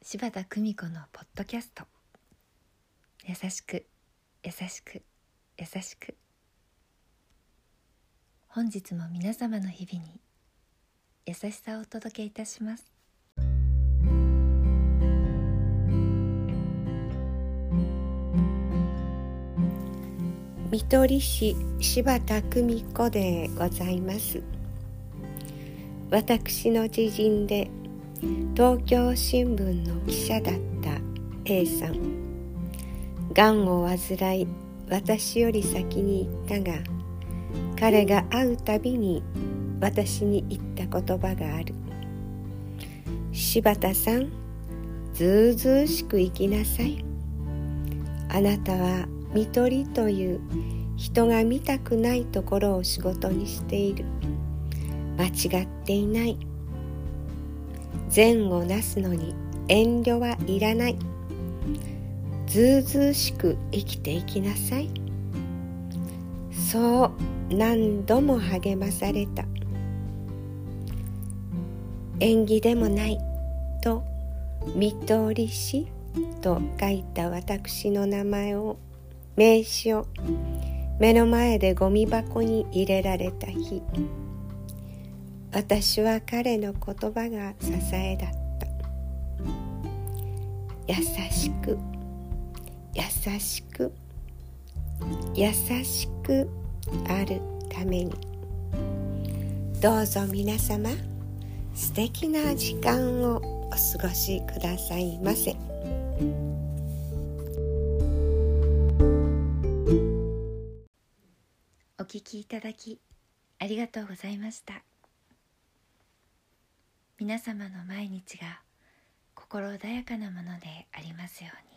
柴田久美子のポッドキャスト。優しく優しく優しく。本日も皆様の日々に優しさをお届けいたします。 看取り師柴田久美子でございます。私の知人で東京新聞の記者だった A さん、がんを患い私より先に行ったが、彼が会うたびに私に言った言葉がある。柴田さん、ずうずうしく生きなさい。あなたは看取りという人が見たくないところを仕事にしている。間違っていない。善をなすのに遠慮はいらない。ずうずうしく生きていきなさい。そう何度も励まされた。縁起でもないと看取り師と書いた私の名前を、名刺を目の前でゴミ箱に入れられた日、私は彼の言葉が支えだった。優しく優しく優しくあるために。どうぞ皆様、素敵な時間をお過ごしくださいませ。 お聞きいただきありがとうございました。皆様の毎日が心穏やかなものでありますように。